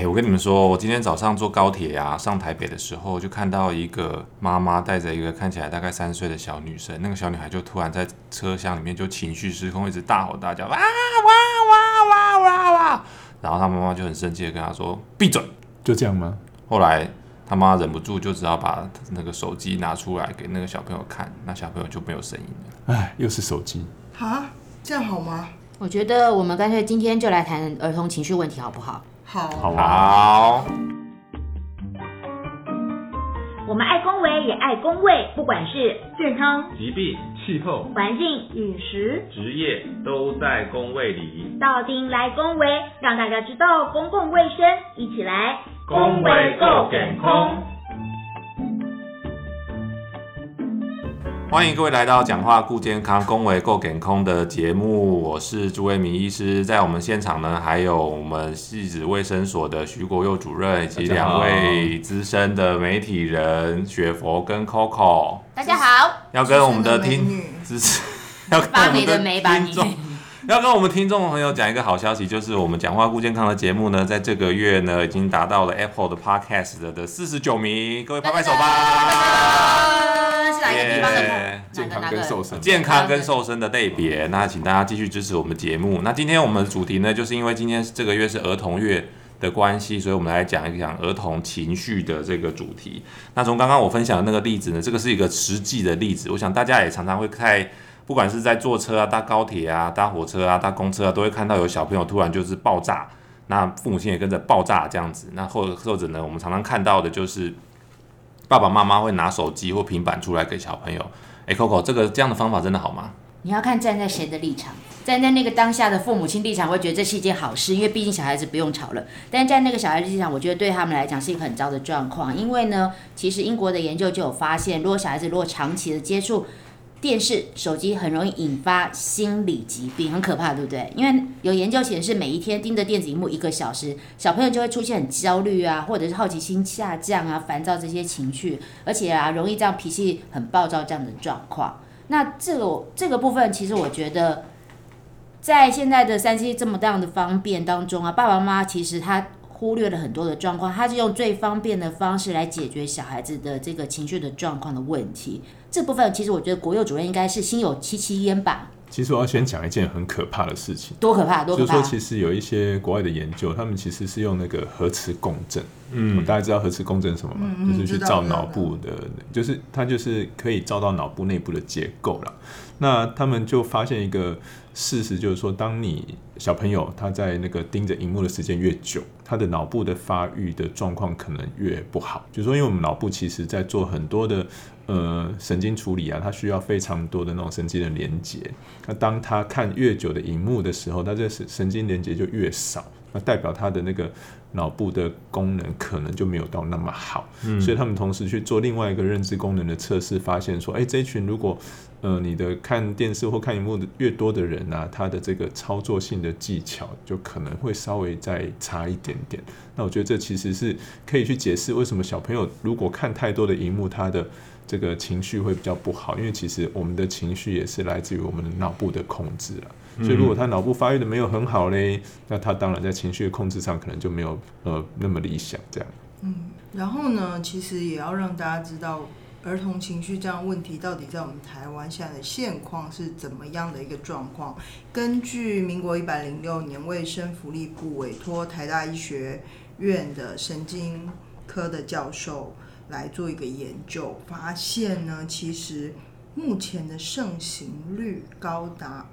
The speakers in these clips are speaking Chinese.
我跟你们说，我今天早上坐高铁啊，上台北的时候，就看到一个妈妈带着一个看起来大概3岁的小女生，那个小女孩就突然在车厢里面就情绪失控，一直大吼大叫，哇哇哇哇哇哇，然后她妈妈就很生气的跟她说闭嘴， 就这样吗？ 后来她妈忍不住就只好把那个手机拿出来给那个小朋友看，那小朋友就没有声音了。 哎，又是手机啊，这样好吗？ 我觉得我们干脆今天就来谈儿童情绪问题，好不好？ 好， 好。 我们爱公卫也爱公卫，不管是健康、 疾病、 气候、 环境、 饮食、 职业，都在公卫里。 到丁来公卫，让大家知道公共卫生，一起来公卫够健康。 欢迎各位来到讲话顾健康、公卫够健康的节目，我是朱威明医师。在我们现场呢，还有我们汐止卫生所的徐国佑主任，以及2位资深的媒体人雪佛跟 Coco。 大家好， 要跟我们的要跟我们听众朋友讲一个好消息，就是我们讲话顾健康的节目呢，在这个月呢，已经达到了 Apple 的 Podcast 的49名，各位拍拍手吧！ 是哪个地方的？ 健康跟瘦身， 健康跟瘦身的类别。那请大家继续支持我们节目。那今天我们的主题呢，就是因为今天这个月是儿童月的关系，所以我们来讲一讲儿童情绪的这个主题。那从刚刚我分享的那个例子呢，这个是一个实际的例子，我想大家也常常会不管是在坐车啊、搭高铁啊、搭火车啊、搭公车啊，都会看到有小朋友突然就是爆炸，那父母亲也跟着爆炸这样子。那或者呢，我们常常看到的就是爸爸妈妈会拿手机或平板出来给小朋友。Coco， 这样的方法真的好吗？ 你要看站在谁的立场，站在那个当下的父母亲立场，会觉得这是一件好事，因为毕竟小孩子不用吵了。但是在那个小孩子立场，我觉得对他们来讲是一个很糟的状况，因为呢，其实英国的研究就有发现，如果小孩子长期的接触电视、手机，很容易引发心理疾病，很可怕，对不对？因为有研究显示，每一天盯着电子荧幕1个小时，小朋友就会出现很焦虑啊，或者是好奇心下降啊、烦躁这些情绪，而且啊，容易这样脾气很暴躁这样的状况。那这个部分，其实我觉得，在现在的3C 这么大的方便当中啊，爸爸妈妈其实他忽略了很多的状况，他是用最方便的方式来解决小孩子的这个情绪的状况的问题。这部分其实我觉得国佑主任应该是心有戚戚焉吧。 其实我要先讲一件很可怕的事情。 多可怕？ 就是说，其实有一些国外的研究，他们其实是用那个核磁共振。大家知道核磁共振是什么吗？就是去照脑部的，就是它就是可以照到脑部内部的结构啦。那他们就发现一个事实，就是说，当你小朋友他在那个盯着荧幕的时间越久，他的脑部的发育的状况可能越不好。就是说，因为我们脑部其实在做很多的神经处理啊，它需要非常多的那种神经的连接。那当他看越久的荧幕的时候，他这神经连接就越少，那代表他的那个脑部的功能可能就没有到那么好。所以他们同时去做另外一个认知功能的测试，发现说，这一群如果你的看电视或看荧幕的越多的人啊，他的这个操作性的技巧就可能会稍微再差一点点。那我觉得这其实是可以去解释为什么小朋友如果看太多的荧幕，他的这个情绪会比较不好，因为其实我们的情绪也是来自于我们的脑部的控制啦。所以如果他脑部发育的没有很好嘞，那他当然在情绪的控制上可能就没有那么理想这样。 然后呢，其实也要让大家知道儿童情绪这样的问题到底在我们台湾现在的现况是怎么样的一个状况。根据民国106年卫生福利部委托台大医学院的神经科的教授来做一个研究，发现呢，其实目前的盛行率高达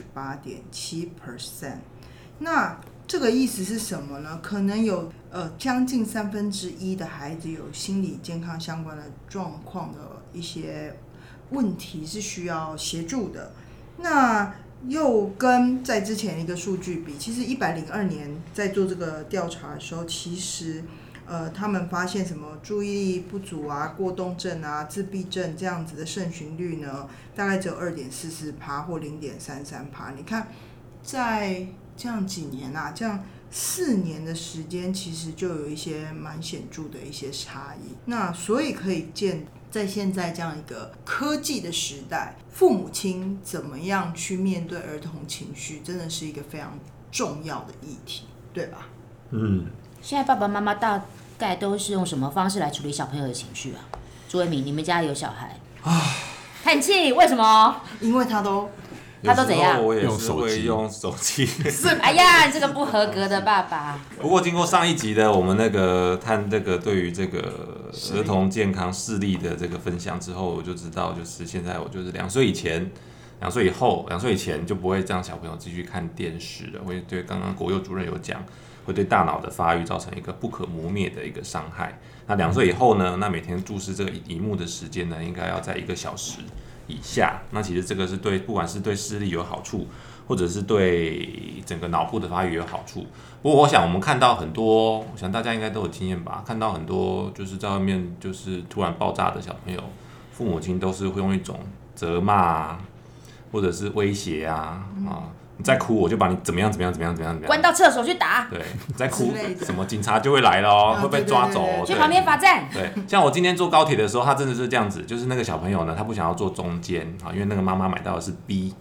28.7%。那这个意思是什么呢？可能有将近1/3的孩子有心理健康相关的状况的一些问题是需要协助的。那又跟在之前一个数据比，其实102年在做这个调查的时候，其实他们发现什么注意力不足啊、过动症啊、自闭症这样子的盛行率呢，大概只有2.44%或0.33%。你看，在这样几年啊，这样4年的时间，其实就有一些蛮显著的一些差异。那所以可以见，在现在这样一个科技的时代，父母亲怎么样去面对儿童情绪，真的是一个非常重要的议题，对吧？ 现在爸爸妈妈大概都是用什么方式来处理小朋友的情绪啊？朱维明，你们家有小孩？叹气，为什么？ 因为他都怎样？ 我也是会用手机。 哎呀，这个不合格的爸爸。 不过经过上一集的我们看对于这个儿童健康视力的这个分享之后，我就知道，就是现在我就是2岁以前、2岁以后、2岁以前就不会让小朋友继续看电视了，会对刚刚国佑主任有讲，会对大脑的发育造成一个不可磨灭的一个伤害。那2岁以后呢？那每天注视这个萤幕的时间呢，应该要在1个小时以下。那其实这个是不管是对视力有好处，或者是对整个脑部的发育有好处。不过我想我们看到很多，我想大家应该都有经验吧，看到很多就是在外面就是突然爆炸的小朋友，父母亲都是会用一种责骂啊，或者是威胁啊，你再哭我就把你怎么样， 关到厕所去打。 对，你再哭什么警察就会来了会被抓走。 去旁边罚站。 对，像我今天坐高铁的时候，他真的是这样子，就是那个小朋友呢，他不想要坐中间因为那个妈妈买到的是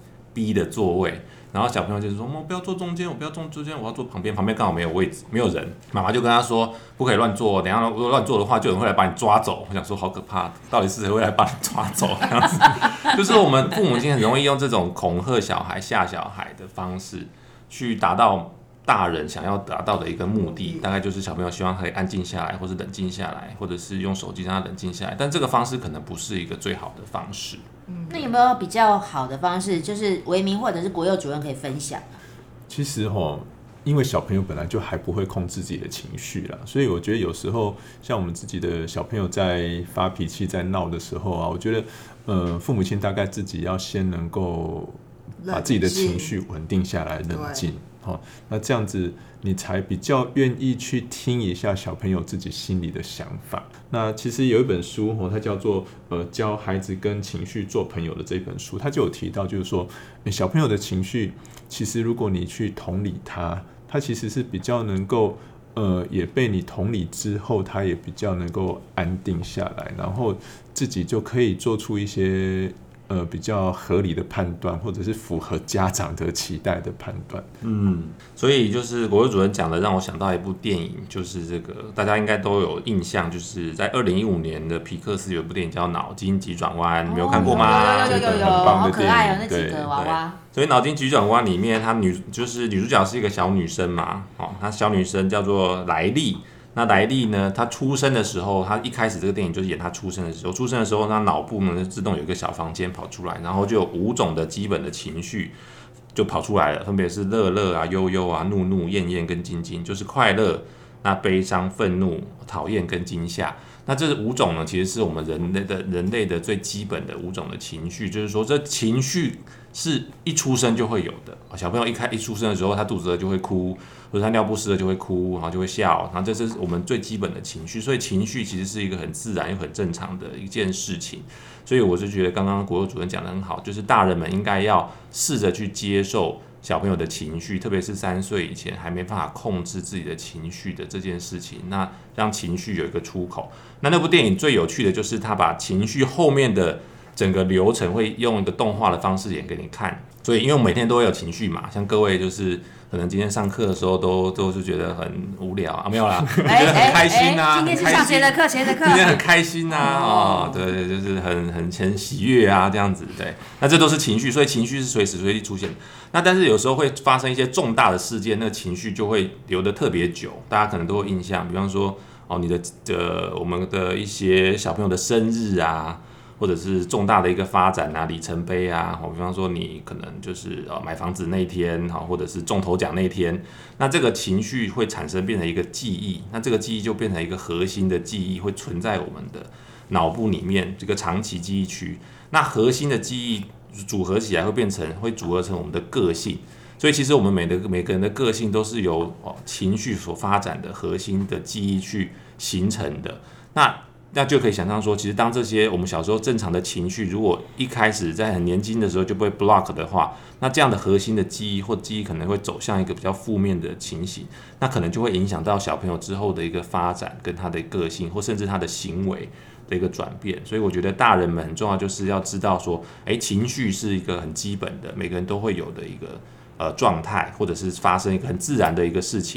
B 的座位。然后小朋友就是说：“我不要坐中间，我不要坐中间，我要坐旁边。旁边刚好没有位置，没有人。”妈妈就跟他说：“不可以乱坐，等一下如果乱坐的话，就有人会来把你抓走。”我想说，好可怕，到底是谁会来把你抓走？这样子，就是我们父母亲很容易用这种恐吓小孩、吓小孩的方式，去达到大人想要达到的一个目的，大概就是小朋友希望可以安静下来，或是冷静下来，或者是用手机让他冷静下来。但这个方式可能不是一个最好的方式。 那有没有比较好的方式，就是维明或者是国佑主任可以分享？ 其实因为小朋友本来就还不会控制自己的情绪啦，所以我觉得有时候像我们自己的小朋友在发脾气、在闹的时候啊，我觉得父母亲大概自己要先能够把自己的情绪稳定下来、冷静。那这样子你才比较愿意去听一下小朋友自己心里的想法。那其实有一本书它叫做教孩子跟情绪做朋友的这本书，它就有提到，就是说小朋友的情绪，其实如果你去同理他其实是比较能够也被你同理之后，他也比较能够安定下来，然后自己就可以做出一些比较合理的判断，或者是符合家长的期待的判断。 所以就是国佑主任讲的，让我想到一部电影，就是这个大家应该都有印象，就是在2015年的皮克斯有一部电影叫《脑筋急转弯》，你没有看过吗？ 有，好可爱那几个娃娃。 所以《脑筋急转弯》里面，就是女主角是一个小女生嘛，她小女生叫做莱莉。那莱莉呢？她出生的时候，她一开始这个电影就是演她出生的时候。出生的时候，她脑部呢自动有一个小房间跑出来，然后就有5种的基本的情绪就跑出来了，分别是乐乐啊、悠悠啊、怒怒、厌厌跟惊惊，就是快乐、那悲伤、愤怒、讨厌跟惊吓。那这5种呢，其实是我们人类的最基本的5种的情绪，就是说这情绪是一出生就会有的。小朋友一出生的时候，他肚子饿就会哭，或者他尿不湿了就会哭，然后就会笑，然后这是我们最基本的情绪。所以情绪其实是一个很自然又很正常的一件事情。所以我就觉得刚刚国佑主任讲得很好，就是大人们应该要试着去接受小朋友的情绪，特别是3岁以前还没办法控制自己的情绪的这件事情，那让情绪有一个出口。那部电影最有趣的就是他把情绪后面的整个流程会用一个动画的方式演给你看。所以因为我们每天都会有情绪嘛，像各位就是可能今天上课的时候都是觉得很无聊啊，没有啦，觉得很开心啊， 今天是上谁的课？ 今天很开心啊，对，就是很喜悦啊，这样子，对，那这都是情绪，所以情绪是随时随地出现。那但是有时候会发生一些重大的事件，那个情绪就会留得特别久，大家可能都有印象，比方说你我们的一些小朋友的生日啊。或者是重大的一个发展啊，里程碑啊，比方说你可能就是买房子那一天，或者是中头奖那一天，那这个情绪会产生变成一个记忆，那这个记忆就变成一个核心的记忆，会存在我们的脑部里面这个长期记忆区。那核心的记忆组合起来会组合成我们的个性。所以其实我们每个人的个性都是由情绪所发展的核心的记忆去形成的。那就可以想象说，其实当这些我们小时候正常的情绪，如果一开始在很年轻的时候就被 block 的话，那这样的核心的记忆或记忆可能会走向一个比较负面的情形，那可能就会影响到小朋友之后的一个发展跟他的个性，或甚至他的行为的一个转变。所以我觉得大人们很重要，就是要知道说，情绪是一个很基本的，每个人都会有的一个状态，或者是发生一个很自然的一个事情。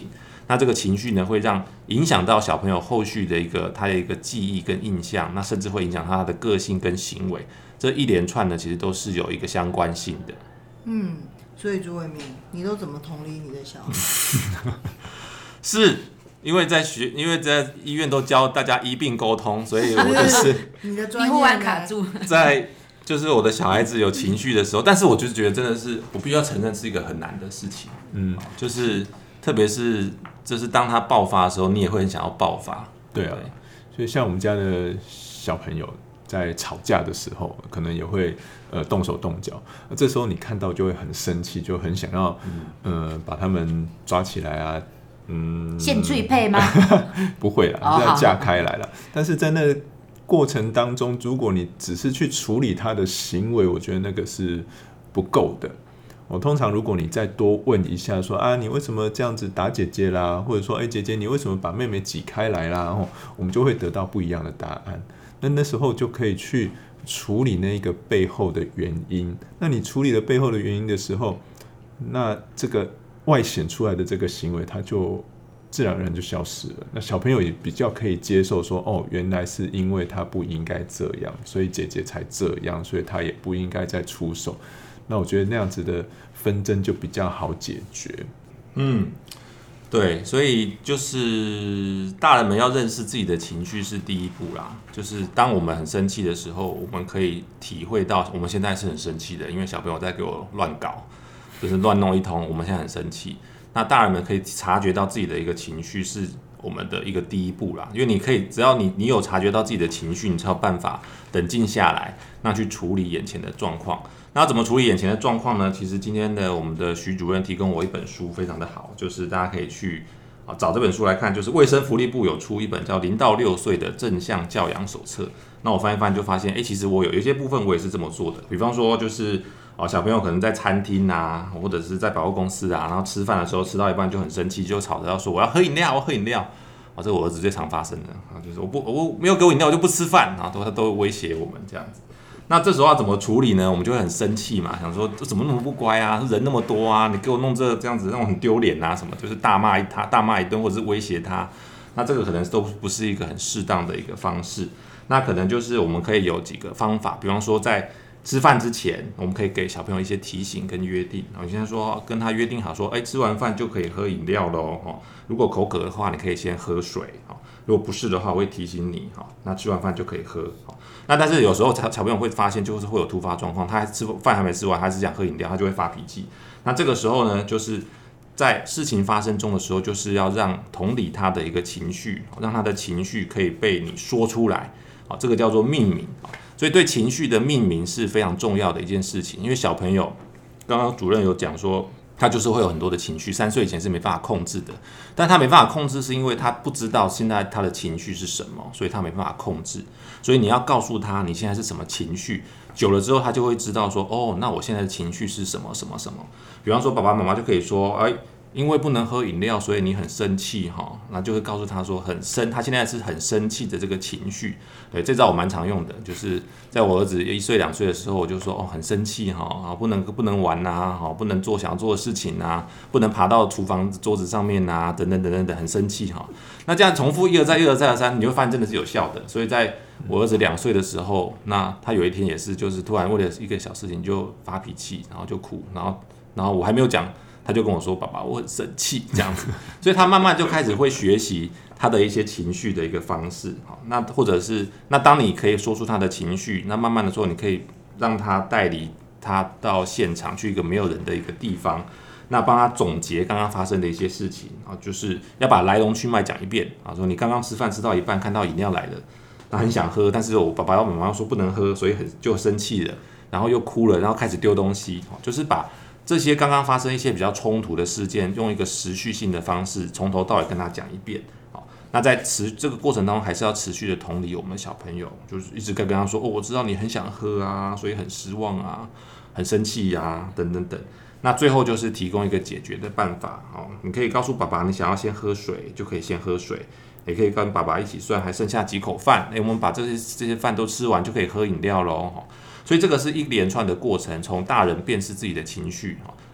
那这个情绪呢，会影响到小朋友后续的他的一个记忆跟印象，那甚至会影响他的个性跟行为。这一连串呢，其实都是有一个相关性的。 所以朱伟明，你都怎么同理你的小孩？ 是因为在医院都教大家医病沟通，所以我就是你的专业忽然卡住， 就是我的小孩子有情绪的时候，但是我就觉得真的是我必须要承认是一个很难的事情。就是特别是就是当他爆发的时候，你也会很想要爆发。 对啊，所以像我们家的小朋友在吵架的时候，可能也会动手动脚。这时候你看到就会很生气，就很想要把他们抓起来啊。 现最配吗？ 不会啦，是要架开来啦。但是在那过程当中，如果你只是去处理他的行为，我觉得那个是不够的。我通常如果你再多问一下说啊，你为什么这样子打姐姐啦，或者说姐姐你为什么把妹妹挤开来啦，我们就会得到不一样的答案。那时候就可以去处理那个背后的原因。那你处理了背后的原因的时候，那这个外显出来的这个行为，它就自然而然就消失了。那小朋友也比较可以接受说，原来是因为他不应该这样，所以姐姐才这样，所以他也不应该再出手。那我觉得那样子的纷争就比较好解决。 对，所以就是大人们要认识自己的情绪是第一步啦。就是当我们很生气的时候，我们可以体会到我们现在是很生气的，因为小朋友在给我乱搞，就是乱弄一通，我们现在很生气。那大人们可以察觉到自己的一个情绪是我们的一个第一步啦，因为你可以只要你有察觉到自己的情绪，你才有办法冷静下来，那去处理眼前的状况。那怎么处理眼前的状况呢？其实今天的我们的徐主任提供我一本书，非常的好，就是大家可以去找这本书来看，就是卫生福利部有出一本叫《0到6岁的正向教养手册》。那我翻一翻就发现，其实我有一些部分我也是这么做的，比方说就是小朋友可能在餐厅啊，或者是在百货公司啊，然后吃饭的时候吃到一半就很生气，就吵着要说我要喝饮料，我要喝饮料。这我儿子最常发生的就是我没有给我饮料我就不吃饭，然后他都威胁我们这样子。那这时候要怎么处理呢？我们就会很生气嘛，想说这怎么那么不乖啊，人那么多啊，你给我弄这样子让我很丢脸啊什么，就是大骂一顿，或者是威胁他。那这个可能都不是一个很适当的一个方式。那可能就是我们可以有几个方法，比方说在吃饭之前，我们可以给小朋友一些提醒跟约定。你现在说跟他约定好说，吃完饭就可以喝饮料咯。如果口渴的话，你可以先喝水。如果不是的话，我会提醒你。那吃完饭就可以喝。那但是有时候小朋友会发现，就是会有突发状况，他饭还没吃完，他只想喝饮料，他就会发脾气。那这个时候呢，就是在事情发生中的时候，就是要让同理他的一个情绪，让他的情绪可以被你说出来。这个叫做命名。所以对情绪的命名是非常重要的一件事情，因为小朋友刚刚主任有讲说，他就是会有很多的情绪，3岁以前是没办法控制的，但他没办法控制是因为他不知道现在他的情绪是什么，所以他没办法控制。所以你要告诉他你现在是什么情绪，久了之后他就会知道说，那我现在的情绪是什么什么什么。比方说爸爸妈妈就可以说，因为不能喝饮料，所以你很生气那就会告诉他说他现在是很生气的这个情绪。对，这招我蛮常用的，就是在我儿子1岁2岁的时候，我就说很生气不能玩啊，不能做想要做的事情啊，不能爬到厨房桌子上面啊，等等等等等，很生气那这样重复一而再，你会发现真的是有效的。所以在我儿子2岁的时候，那他有一天也是就是突然为了一个小事情就发脾气，然后就哭，然后我还没有讲。他就跟我说：“爸爸，我很生气。”这样子，所以他慢慢就开始会学习他的一些情绪的一个方式。那或者是当你可以说出他的情绪，那慢慢的时候，你可以让他带离他到现场去一个没有人的一个地方，那帮他总结刚刚发生的一些事情就是要把来龙去脉讲一遍说你刚刚吃饭吃到一半看到饮料来了，那很想喝，但是我爸爸妈妈说不能喝，所以就生气了，然后又哭了，然后开始丢东西，就是把这些刚刚发生一些比较冲突的事件，用一个持续性的方式，从头到尾跟他讲一遍。那在这个过程当中，还是要持续的同理我们小朋友，就是一直跟他说，我知道你很想喝啊，所以很失望啊，很生气啊，等等等。那最后就是提供一个解决的办法。你可以告诉爸爸，你想要先喝水，就可以先喝水。也可以跟爸爸一起算，还剩下几口饭，我们把这些饭都吃完，就可以喝饮料咯。所以这个是一连串的过程，从大人辨识自己的情绪，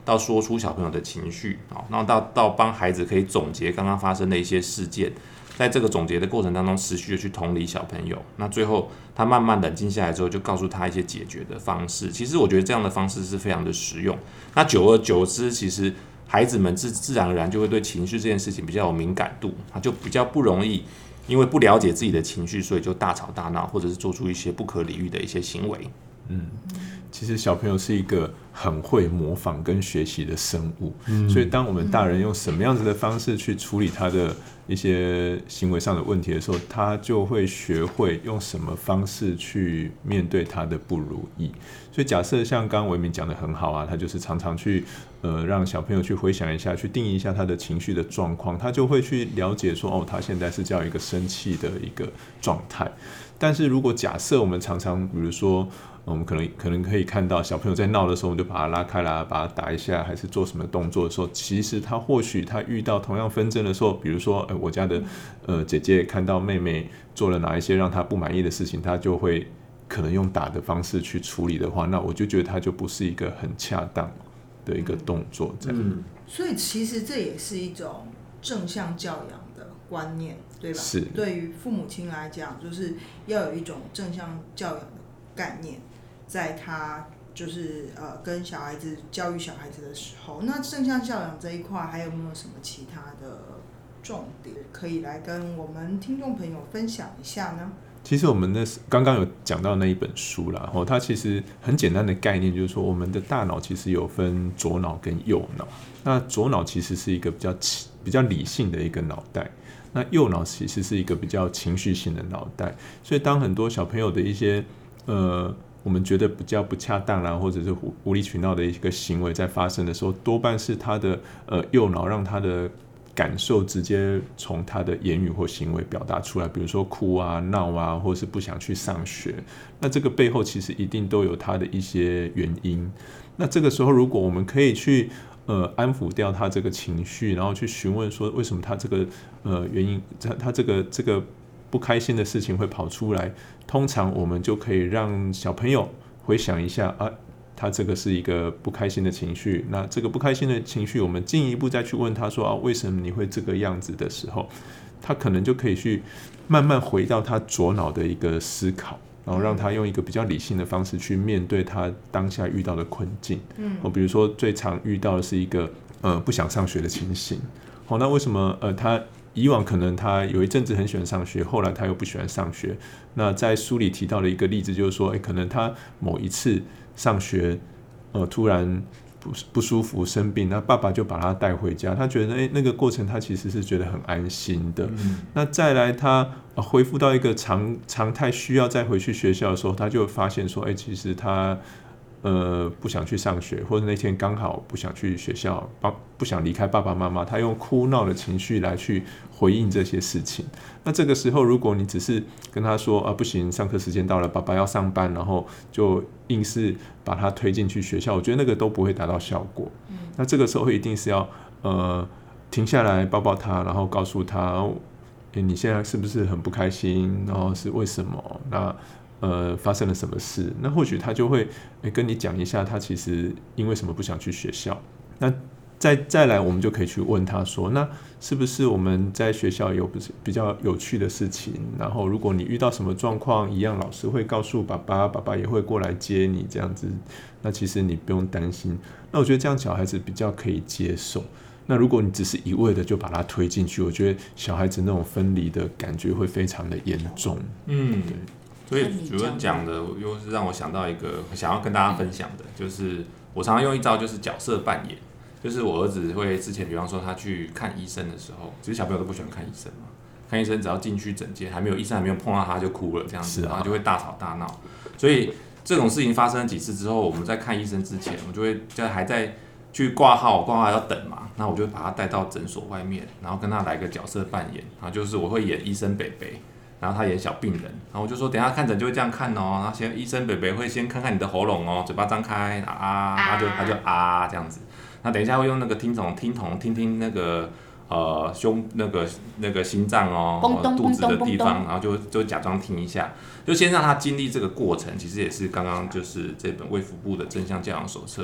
到说出小朋友的情绪，然后到帮孩子可以总结刚刚发生的一些事件，在这个总结的过程当中，持续的去同理小朋友，那最后他慢慢冷静下来之后，就告诉他一些解决的方式。其实我觉得这样的方式是非常的实用。那久而久之，其实孩子们自然而然就会对情绪这件事情比较有敏感度，他就比较不容易因为不了解自己的情绪，所以就大吵大闹，或者是做出一些不可理喻的一些行为。 其实小朋友是一个很会模仿跟学习的生物，所以当我们大人用什么样子的方式去处理他的一些行为上的问题的时候，他就会学会用什么方式去面对他的不如意。所以假设像刚刚维明讲的很好啊，他就是常常去让小朋友去回想一下，去定义一下他的情绪的状况，他就会去了解说他现在是这样一个生气的一个状态。但是如果假设我们常常比如说我们可能可以看到小朋友在闹的时候，我们就把他拉开啦，把他打一下，还是做什么动作的时候，其实他或许他遇到同样纷争的时候，比如说我家的姐姐看到妹妹做了哪一些让他不满意的事情，他就会可能用打的方式去处理的话，那我就觉得他就不是一个很恰当的一个动作这样。 所以其实这也是一种正向教养的观念，对吧？ 是。 对于父母亲来讲，就是要有一种正向教养的概念，在他就是跟小孩子教育小孩子的时候，那正向教养这一块还有没有什么其他的重点可以来跟我们听众朋友分享一下呢？ 其实我们刚刚有讲到那一本书啦，它其实很简单的概念就是说，我们的大脑其实有分左脑跟右脑。那左脑其实是一个比较理性的一个脑袋，那右脑其实是一个比较情绪性的脑袋。所以当很多小朋友的一些我们觉得比较不恰当啦，或者是无理取闹的一个行为在发生的时候，多半是他的右脑让他的感受直接从他的言语或行为表达出来，比如说哭啊、闹啊，或是不想去上学。那这个背后其实一定都有他的一些原因。那这个时候，如果我们可以去安抚掉他这个情绪，然后去询问说为什么他这个原因，他这个不开心的事情会跑出来，通常我们就可以让小朋友回想一下他这个是一个不开心的情绪，那这个不开心的情绪我们进一步再去问他说为什么你会这个样子的时候，他可能就可以去慢慢回到他左脑的一个思考，然后让他用一个比较理性的方式去面对他当下遇到的困境。比如说最常遇到的是一个不想上学的情形。那为什么他以往可能他有一阵子很喜欢上学，后来他又不喜欢上学。那在书里提到的一个例子就是说，可能他某一次上学突然不舒服生病，那爸爸就把他带回家，他觉得那个过程他其实是觉得很安心的。那再来他恢复到一个常态需要再回去学校的时候，他就发现说其实他不想去上学，或者那天刚好不想去学校，不想离开爸爸妈妈，他用哭闹的情绪来去回应这些事情。那这个时候如果你只是跟他说不行，上课时间到了，爸爸要上班，然后就硬是把他推进去学校，我觉得那个都不会达到效果。那这个时候一定是要停下来抱抱他，然后告诉他你现在是不是很不开心，然后是为什么，那发生了什么事，那或许他就会跟你讲一下他其实因为什么不想去学校。那再来我们就可以去问他说，那是不是我们在学校有比较有趣的事情，然后如果你遇到什么状况一样，老师会告诉爸爸，爸爸也会过来接你这样子，那其实你不用担心。那我觉得这样小孩子比较可以接受。那如果你只是一味的就把他推进去，我觉得小孩子那种分离的感觉会非常的严重。对。 所以主任讲的又是让我想到一个想要跟大家分享的，就是我常常用一招，就是角色扮演。就是我儿子会之前，比方说他去看医生的时候，其实小朋友都不喜欢看医生嘛。看医生只要进去诊间，医生还没有碰到他就哭了这样子，然后就会大吵大闹。所以这种事情发生了几次之后，我们在看医生之前，我就会还在去挂号要等嘛，那我就把他带到诊所外面，然后跟他来个角色扮演，然后就是我会演医生北北。然后他演小病人，然后我就说，等一下看诊就会这样看哦。然后先医生北北会先看看你的喉咙哦，嘴巴张开他就这样子。那等一下会用那个听筒听听那个胸那个心脏肚子的地方，然后就假装听一下，就先让他经历这个过程。其实也是刚刚就是这本卫福部的正向教养手册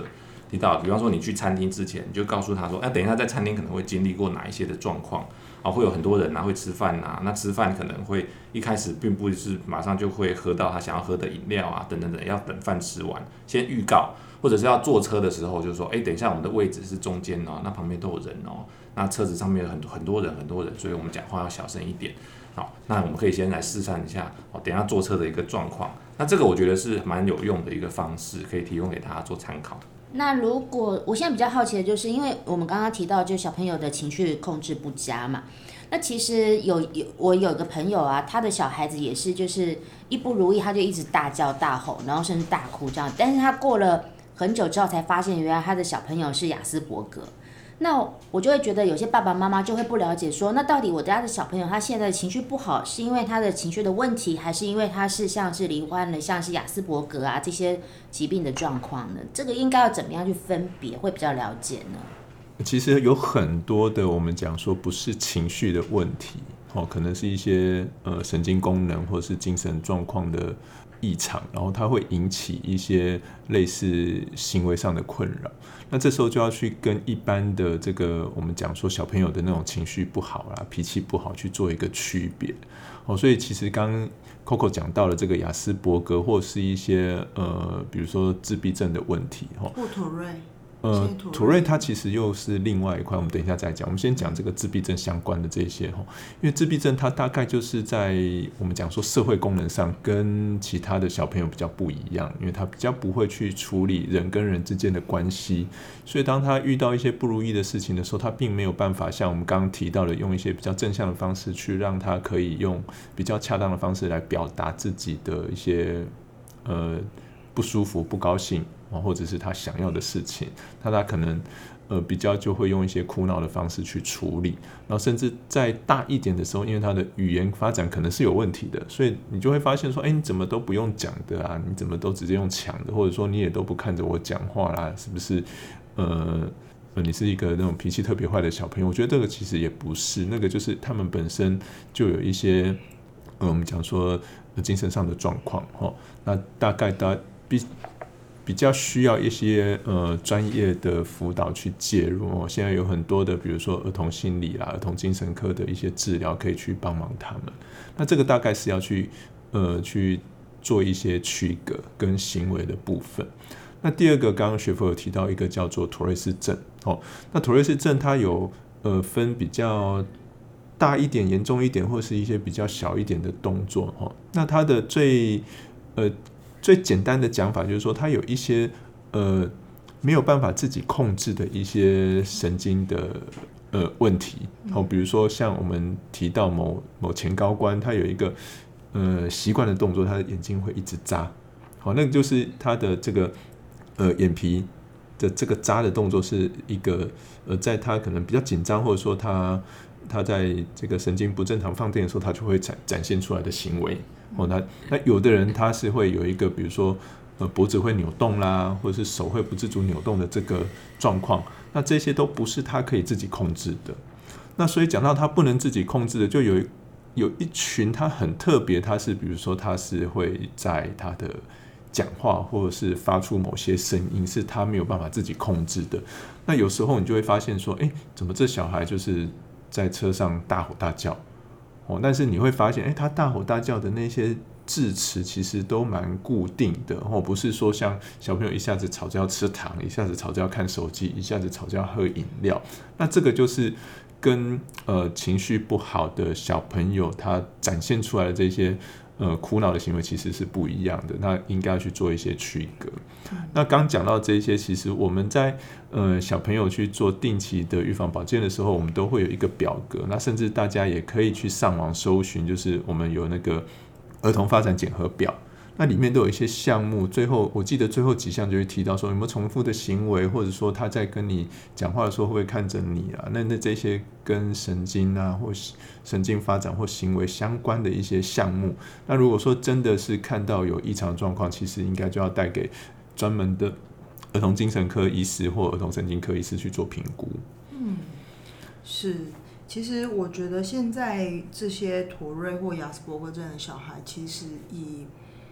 提到，比方说你去餐厅之前，你就告诉他说，等一下在餐厅可能会经历过哪一些的状况，会有很多人会吃饭那吃饭可能会一开始并不是马上就会喝到他想要喝的饮料等等等，要等饭吃完，先预告，或者是要坐车的时候就说，等一下我们的位置是中间那旁边都有人那车子上面有很多人，所以我们讲话要小声一点。好，那我们可以先来试探一下，等一下坐车的一个状况。那这个我觉得是蛮有用的一个方式，可以提供给大家做参考。 那如果我现在比较好奇的就是，因为我们刚刚提到，就是小朋友的情绪控制不佳嘛。那其实我有个朋友他的小孩子也是，就是一不如意他就一直大叫大吼，然后甚至大哭这样。但是他过了很久之后才发现，原来他的小朋友是亚斯伯格。那我就会觉得有些爸爸妈妈就会不了解说，那到底我家的小朋友他现在的情绪不好，是因为他的情绪的问题，还是因为他是像是罹患了像是亚斯伯格这些疾病的状况呢？这个应该要怎么样去分别会比较了解呢？ 其实有很多的我们讲说不是情绪的问题，可能是一些神经功能或是精神状况的异常，然后它会引起一些类似行为上的困扰。那这时候就要去跟一般的这个我们讲说小朋友的那种情绪不好脾气不好去做一个区别。所以其实刚刚 Coco 讲到了这个亚斯伯格或是一些比如说自闭症的问题或妥瑞。 妥瑞它其实又是另外一块，我们等一下再讲。我们先讲这个自闭症相关的这些，因为自闭症它大概就是在我们讲说社会功能上跟其他的小朋友比较不一样，因为它比较不会去处理人跟人之间的关系，所以当他遇到一些不如意的事情的时候，他并没有办法像我们刚刚提到的用一些比较正向的方式去让他可以用比较恰当的方式来表达自己的一些不舒服、不高兴，或者是他想要的事情，他可能比较就会用一些哭闹的方式去处理，然后甚至在大一点的时候，因为他的语言发展可能是有问题的，所以你就会发现说，你怎么都不用讲的你怎么都直接用抢的，或者说你也都不看着我讲话啦，是不是你是一个那种脾气特别坏的小朋友？我觉得这个其实也不是，那个就是他们本身就有一些我们讲说精神上的状况那大概比较需要一些专业的辅导去介入现在有很多的比如说儿童心理儿童精神科的一些治疗可以去帮忙他们。那这个大概是要去做一些区隔跟行为的部分。那第二个刚刚学佛有提到一个叫做妥瑞氏症那妥瑞氏症它有分比较大一点、严重一点，或是一些比较小一点的动作那它的最简单的讲法就是说，它有一些没有办法自己控制的一些神经的问题比如说像我们提到某前高官，他有一个习惯的动作，他的眼睛会一直眨那个就是他的这个眼皮的这个眨的动作是一个在他可能比较紧张，或者说他在这个神经不正常放电的时候，他就会展现出来的行为那有的人他是会有一个比如说脖子会扭动啦，或者是手会不自主扭动的这个状况，那这些都不是他可以自己控制的。那所以讲到他不能自己控制的，就有一群他很特别，他是比如说他是会在他的讲话或者是发出某些声音是他没有办法自己控制的。那有时候你就会发现说，怎么这小孩就是在车上大吼大叫但是你会发现他大吼大叫的那些字词其实都蛮固定的不是说像小朋友一下子吵着要吃糖，一下子吵着要看手机，一下子吵着要喝饮料。那这个就是跟情绪不好的小朋友他展现出来的这些哭闹的行为其实是不一样的，那应该要去做一些区隔。那刚讲到这些，其实我们在小朋友去做定期的预防保健的时候，我们都会有一个表格，那甚至大家也可以去上网搜寻，就是我们有那个儿童发展检核表，那里面都有一些项目，最后我记得最后几项就会提到说有没有重复的行为，或者说他在跟你讲话的时候会不会看着你那这些跟神经或神经发展或行为相关的一些项目，那如果说真的是看到有异常状况，其实应该就要带给专门的儿童精神科医师或儿童神经科医师去做评估。 是，其实我觉得现在这些妥瑞或亚斯伯格症的小孩，其实以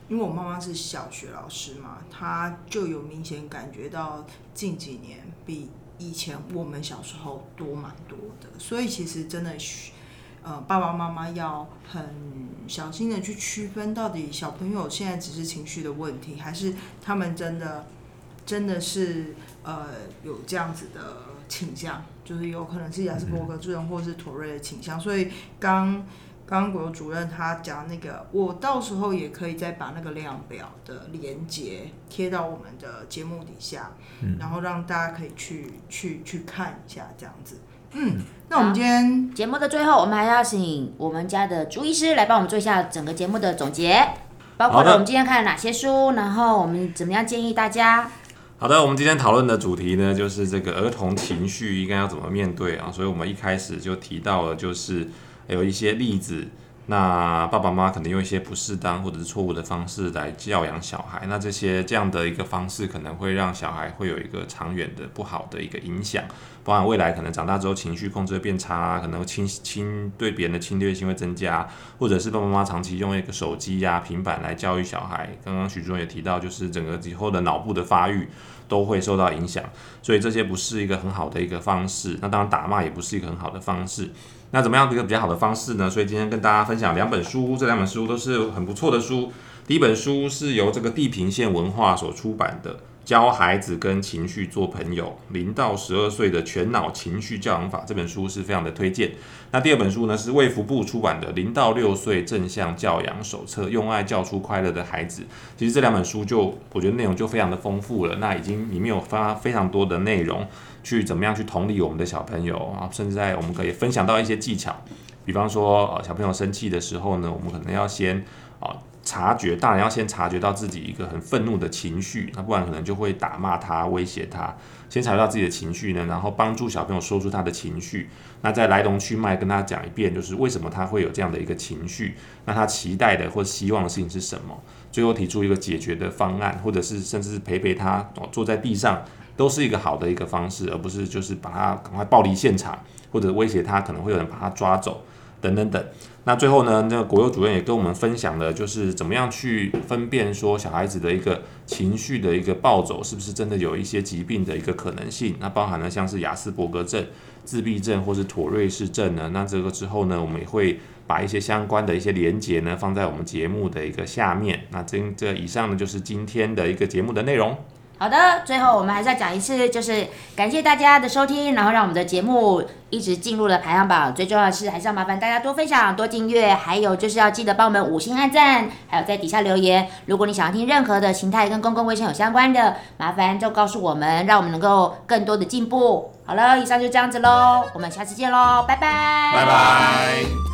因为我妈妈是小学老师嘛，她就有明显感觉到近几年比以前我们小时候多蛮多的，所以其实真的爸爸妈妈要很小心的去区分，到底小朋友现在只是情绪的问题，还是他们真的是有这样子的倾向，就是有可能是亚斯伯格症或是妥瑞的倾向。所以刚国有主任他讲那个，我到时候也可以再把那个量表的连结贴到我们的节目底下，然后让大家可以去看一下这样子。那我们今天节目的最后，我们还要请我们家的朱医师来帮我们做一下整个节目的总结，包括了我们今天看了哪些书，然后我们怎么样建议大家。 好的，我们今天讨论的主题呢，就是这个儿童情绪应该要怎么面对啊，所以我们一开始就提到了，就是有一些例子，那爸爸妈妈可能用一些不适当或者是错误的方式来教养小孩，那这样的一个方式可能会让小孩会有一个长远的不好的一个影响，包含未来可能长大之后情绪控制会变差，可能对别人的侵略性会增加，或者是爸爸妈妈长期用一个手机平板来教育小孩，刚刚许主任也提到，就是整个以后的脑部的发育都会受到影响，所以这些不是一个很好的一个方式，那当然打骂也不是一个很好的方式。那怎么样一个比较好的方式呢？所以今天跟大家分享2本书，这2本书都是很不错的书。第一本书是由这个地平线文化所出版的《教孩子跟情绪做朋友，0到12岁的全脑情绪教养法》，这本书是非常的推荐。那第2本书呢是卫福部出版的《0到6岁正向教养手册：用爱教出快乐的孩子》。其实这2本书我觉得内容就非常的丰富了，那已经里面有非常多的内容。去怎么样去同理我们的小朋友甚至我们可以分享到一些技巧，比方说小朋友生气的时候呢，我们可能要先大人要先察觉到自己一个很愤怒的情绪，那不然可能就会打骂他、威胁他。先察觉到自己的情绪呢，然后帮助小朋友说出他的情绪，那再来龙去脉跟他讲一遍，就是为什么他会有这样的一个情绪，那他期待的或希望的事情是什么，最后提出一个解决的方案，或者是甚至是陪他坐在地上。都是一个好的一个方式，而不是就是把他赶快抱离现场，或者威胁他可能会有人把他抓走等等等。那最后呢，那个国佑主任也跟我们分享了，就是怎么样去分辨说小孩子的一个情绪的一个暴走是不是真的有一些疾病的一个可能性。那包含了像是亚斯伯格症、自闭症或是妥瑞氏症呢。那这个之后呢，我们也会把一些相关的一些连结呢放在我们节目的一个下面。那这以上呢就是今天的一个节目的内容。 好的，最后我们还是要讲一次，就是感谢大家的收听，然后让我们的节目一直进入了排行榜。最重要的是，还是要麻烦大家多分享、多订阅，还有就是要记得帮我们5星按赞，还有在底下留言。如果你想要听任何的形态跟公共卫生有相关的，麻烦就告诉我们，让我们能够更多的进步。好了，以上就这样子咯，我们下次见咯，拜拜， 拜拜。